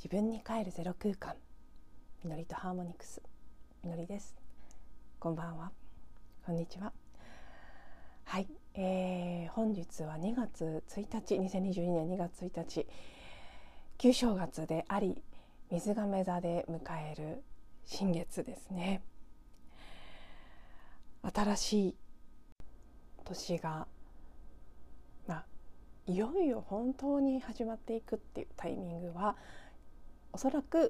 自分に帰るゼロ空間、みのりとハーモニクス、みのりです。こんばんは、こんにちは。はい、本日は2月1日2022年2月1日旧正月であり、水亀座で迎える新月ですね。新しい年がいよいよ本当に始まっていくっていうタイミングはおそらく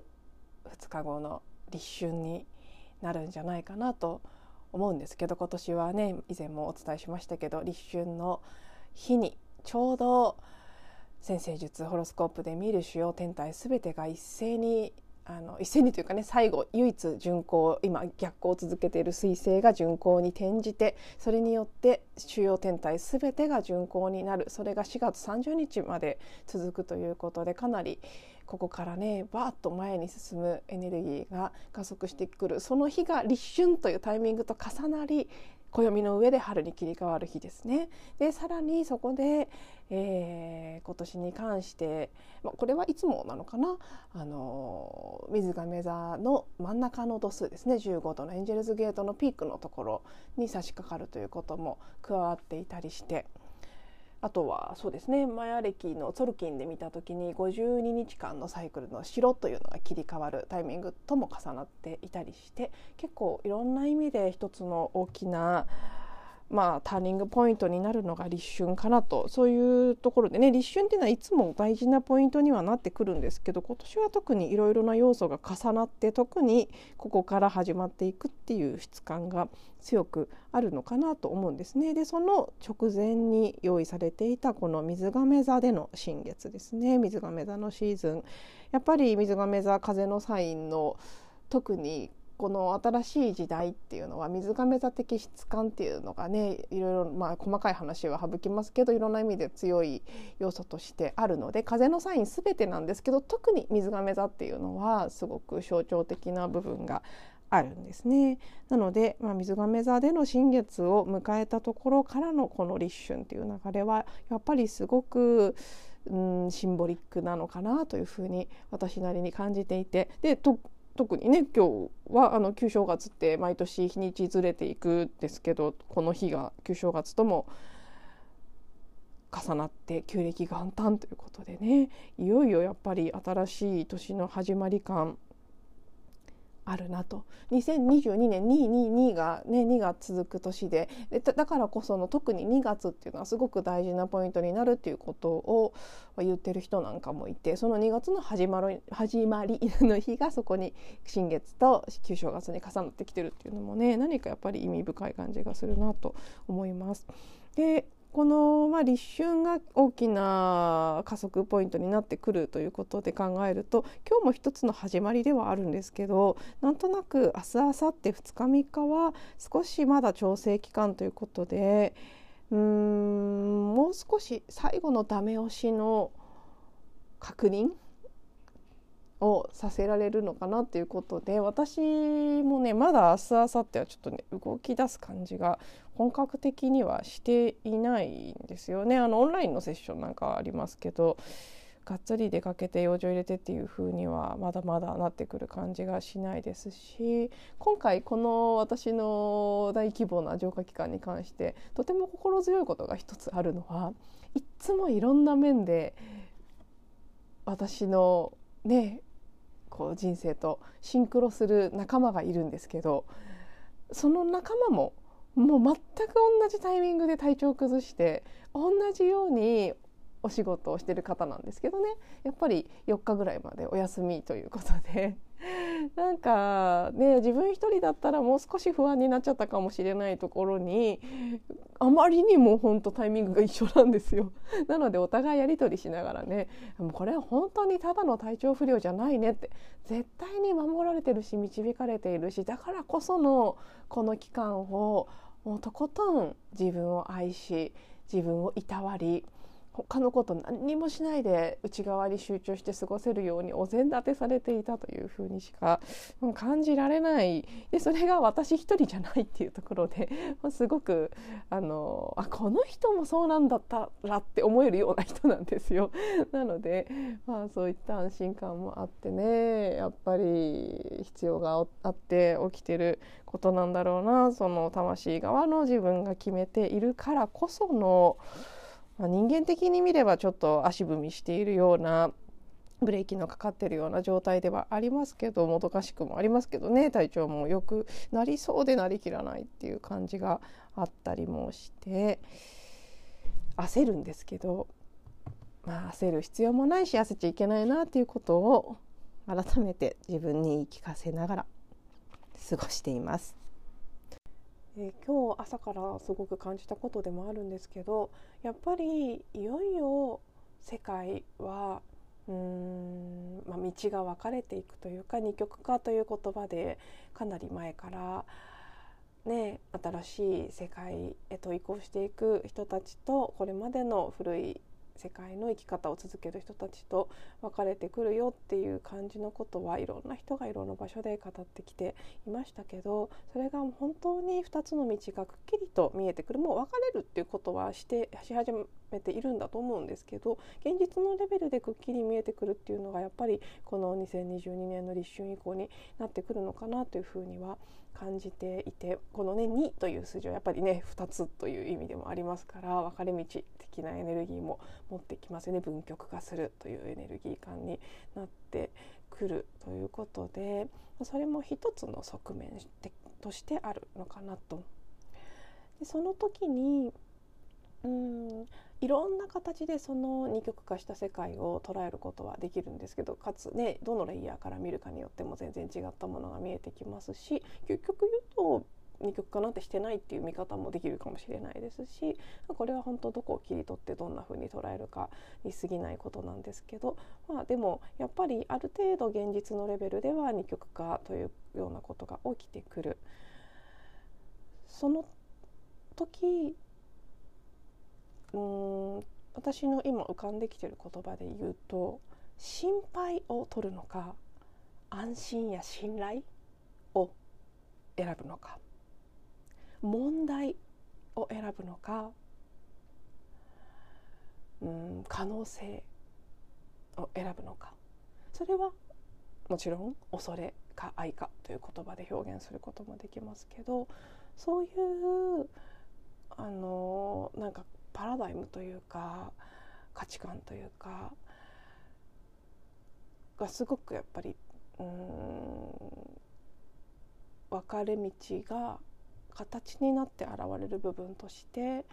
2日後の立春になるんじゃないかなと思うんですけど、今年はね、以前もお伝えしましたけど、立春の日にちょうど占星術ホロスコープで見る主要天体すべてが一斉にというかね、最後唯一巡行、今逆行を続けている水星が巡行に転じて、それによって主要天体すべてが巡行になる。それが4月30日まで続くということで、かなりここからねバーッと前に進むエネルギーが加速してくる。その日が立春というタイミングと重なり、暦の上で春に切り替わる日ですね。でさらにそこで、今年に関して、これはいつもなのかな、水亀座の真ん中の度数ですね、15度のエンジェルズゲートのピークのところに差し掛かるということも加わっていたりして、あとはそうですね、マヤ暦のツォルキンで見た時に52日間のサイクルの白というのが切り替わるタイミングとも重なっていたりして、結構いろんな意味で一つの大きなターニングポイントになるのが立春かなと。そういうところでね、立春っていうのはいつも大事なポイントにはなってくるんですけど、今年は特にいろいろな要素が重なって、特にここから始まっていくっていう質感が強くあるのかなと思うんですね。でその直前に用意されていたこの水亀座での新月ですね、水亀座のシーズン、やっぱり水亀座風のサインの特にこの新しい時代っていうのは水亀座的質感っていうのがね、いろいろ細かい話は省きますけど、いろんな意味で強い要素としてあるので、風のサイン全てなんですけど、特に水亀座っていうのはすごく象徴的な部分があるんですね。なので、水亀座での新月を迎えたところからのこの立春っていう流れはやっぱりすごくシンボリックなのかなというふうに私なりに感じていて、で特にね、今日は旧正月って毎年日にちずれていくんですけど、この日が旧正月とも重なって旧暦元旦ということでね、いよいよやっぱり新しい年の始まり感あるなと。2022年222がね2が続く年で、だからこその特に2月っていうのはすごく大事なポイントになるっていうことを言ってる人なんかもいて、その2月の始まりの日がそこに新月と旧正月に重なってきてるっていうのもね、何かやっぱり意味深い感じがするなと思います。でこの、立春が大きな加速ポイントになってくるということで考えると、今日も一つの始まりではあるんですけど、なんとなく明日明後日2日3日は少しまだ調整期間ということで、もう少し最後のダメ押しの確認をさせられるのかなということで、私もねまだ明日明後日はちょっとね動き出す感じが本格的にはしていないんですよね。オンラインのセッションなんかはありますけど、がっつり出かけて用事を入れてっていう風にはまだまだなってくる感じがしないですし、今回この私の大規模な浄化期間に関してとても心強いことが一つあるのは、いつもいろんな面で私のねこう人生とシンクロする仲間がいるんですけど、その仲間ももう全く同じタイミングで体調を崩して同じようにお仕事をしている方なんですけどね、やっぱり4日ぐらいまでお休みということで、なんかね、自分一人だったらもう少し不安になっちゃったかもしれないところに、あまりにも本当タイミングが一緒なんですよ。なのでお互いやり取りしながらね、これは本当にただの体調不良じゃないねって、絶対に守られてるし導かれているし、だからこそのこの期間をもうとことん自分を愛し、自分をいたわり、 他のこと何にもしないで内側に集中して過ごせるようにお膳立てされていたというふうにしか感じられない。でそれが私一人じゃないっていうところですごくこの人もそうなんだったらって思えるような人なんですよ。なので、そういった安心感もあってね、やっぱり必要があって起きてることなんだろうな。その魂側の自分が決めているからこその、人間的に見ればちょっと足踏みしているような、ブレーキのかかっているような状態ではありますけど、もどかしくもありますけどね、体調もよくなりそうでなりきらないっていう感じがあったりもして焦るんですけど、焦る必要もないし焦っちゃいけないなっていうことを改めて自分に言い聞かせながら過ごしています。今日朝からすごく感じたことでもあるんですけど、やっぱりいよいよ世界は道が分かれていくというか、二極化という言葉でかなり前からね、新しい世界へと移行していく人たちと、これまでの古い世界の生き方を続ける人たちと分かれてくるよっていう感じのことは、いろんな人がいろんな場所で語ってきていましたけど、それが本当に2つの道がくっきりと見えてくる、もう分かれるっていうことはし始めているんだと思うんですけど、現実のレベルでくっきり見えてくるっていうのがやっぱりこの2022年の立春以降になってくるのかなというふうには感じていて、このね2という数字はやっぱりね2つという意味でもありますから、分かれ道的なエネルギーも持ってきますよね。分極化するというエネルギー感になってくるということで、それも一つの側面としてあるのかなと。でその時にいろんな形でその二極化した世界を捉えることはできるんですけど、かつねどのレイヤーから見るかによっても全然違ったものが見えてきますし、究極言うと二極化なんてしてないっていう見方もできるかもしれないですし、これは本当どこを切り取ってどんな風に捉えるかに過ぎないことなんですけど、でもやっぱりある程度現実のレベルでは二極化というようなことが起きてくる。その時私の今浮かんできている言葉で言うと、心配を取るのか安心や信頼を選ぶのか、問題を選ぶのか、可能性を選ぶのか、それはもちろん恐れか愛かという言葉で表現することもできますけど、そういうなんかパラダイムというか価値観というかがすごくやっぱり分かれ道が形になって現れる部分として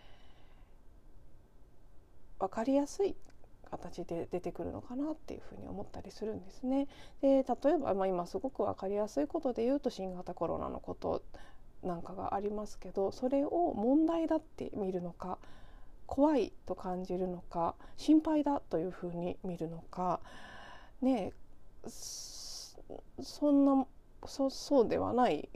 分かりやすい形で出てくるのかなっていうふうに思ったりするんですね。で例えば、今すごく分かりやすいことで言うと新型コロナのことなんかがありますけど、それを問題だって見るのか、怖いと感じるのか、心配だというふうに見るのかね、そうではない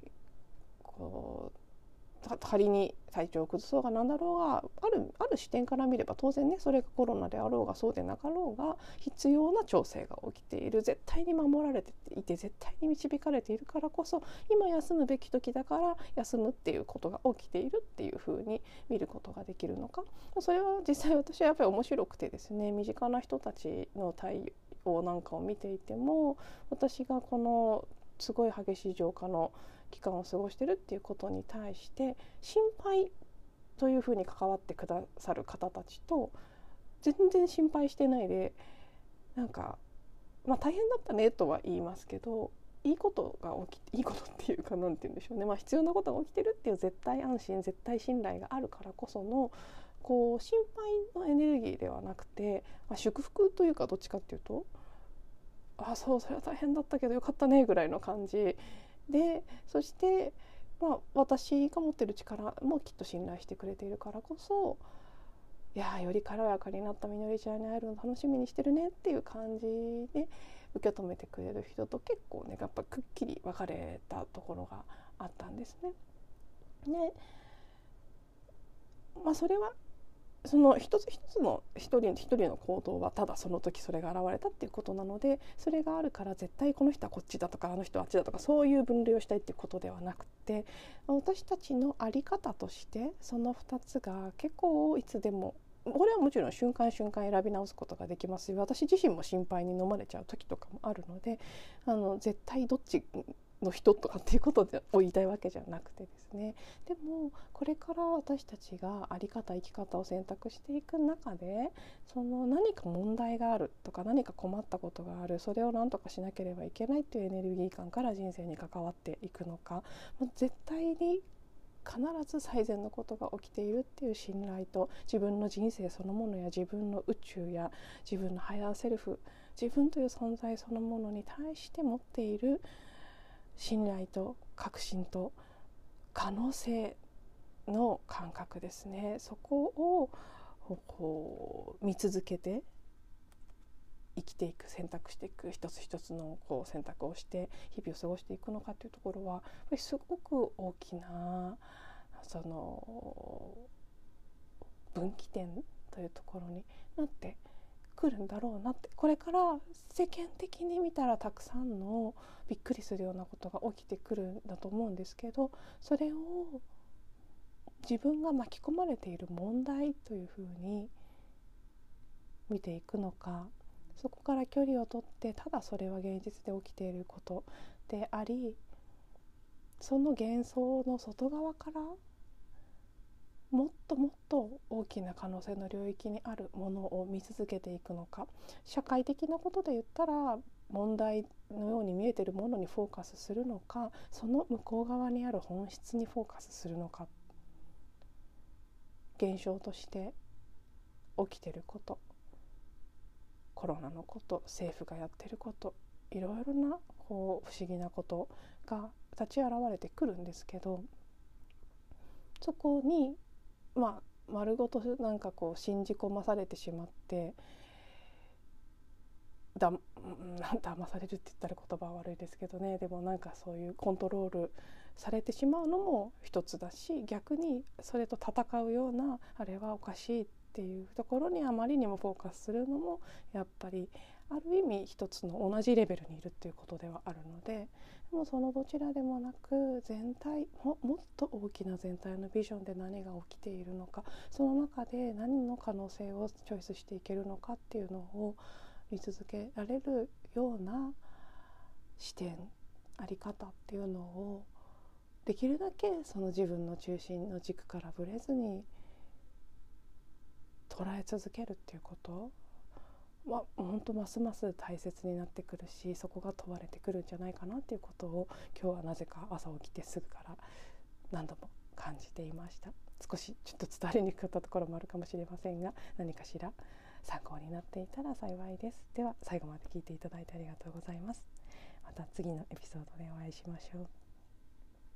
仮に体調を崩そうが何だろうが、ある視点から見れば当然ね、それがコロナであろうがそうでなかろうが必要な調整が起きている、絶対に守られていて絶対に導かれているからこそ、今休むべき時だから休むっていうことが起きているっていうふうに見ることができるのか。それは実際私はやっぱり面白くてですね、身近な人たちの対応なんかを見ていても、私がこのすごい激しい浄化の期間を過ごしてるっていうことに対して心配というふうに関わってくださる方たちと、全然心配してないでなんか、大変だったねとは言いますけど、いいことが起きて、いいことっていうかなんて言うんでしょうね、必要なことが起きてるっていう絶対安心絶対信頼があるからこその心配のエネルギーではなくて、祝福というか、どっちかっていうとそうそれは大変だったけどよかったねぐらいの感じで、そして、私が持ってる力もきっと信頼してくれているからこそ、いやより軽やかになったみのりちゃんに会えるの楽しみにしてるねっていう感じで受け止めてくれる人と結構ね、やっぱくっきり分かれたところがあったんですね。で、それはその一つ一つの一人一人の行動はただその時それが現れたっていうことなので、それがあるから絶対この人はこっちだとかあの人はあっちだとかそういう分類をしたいっていうことではなくて、私たちの在り方としてその2つが結構いつでも、これはもちろん瞬間瞬間選び直すことができますし、私自身も心配に飲まれちゃう時とかもあるので、絶対どっちの人とかっていうことを言いたいわけじゃなくてですね、でもこれから私たちが在り方生き方を選択していく中で、その何か問題があるとか何か困ったことがある、それを何とかしなければいけないっていうエネルギー感から人生に関わっていくのか、絶対に必ず最善のことが起きているっていう信頼と、自分の人生そのものや自分の宇宙や自分のハイヤーセルフ、自分という存在そのものに対して持っている信頼と確信と可能性の感覚ですね。そこをこう見続けて生きていく、選択していく、一つ一つのこう選択をして日々を過ごしていくのかというところは、やっぱりすごく大きなその分岐点というところになってくるんだろうなって、これから世間的に見たらたくさんのびっくりするようなことが起きてくるんだと思うんですけど、それを自分が巻き込まれている問題というふうに見ていくのか、そこから距離を取ってただそれは現実で起きていることであり、その幻想の外側からもっともっと大きな可能性の領域にあるものを見続けていくのか、社会的なことで言ったら問題のように見えているものにフォーカスするのか、その向こう側にある本質にフォーカスするのか、現象として起きていること、コロナのこと、政府がやっていること、いろいろなこう不思議なことが立ち現れてくるんですけど、そこに丸ごとなんかこう信じ込まされてしまって騙されるって言ったら言葉は悪いですけどね、でもなんかそういうコントロールされてしまうのも一つだし、逆にそれと戦うようなあれはおかしいっていうところにあまりにもフォーカスするのもやっぱりある意味一つの同じレベルにいるっていうことではあるので、でもそのどちらでもなく全体もっと大きな全体のビジョンで何が起きているのか、その中で何の可能性をチョイスしていけるのかっていうのを見続けられるような視点、あり方っていうのをできるだけその自分の中心の軸からぶれずに捉え続けるっていうことは本当ますます大切になってくるし、そこが問われてくるんじゃないかなっていうことを今日はなぜか朝起きてすぐから何度も感じていました。少しちょっと伝わりにくかったところもあるかもしれませんが、何かしら参考になっていたら幸いです。では最後まで聞いていただいてありがとうございます。また次のエピソードでお会いしましょう。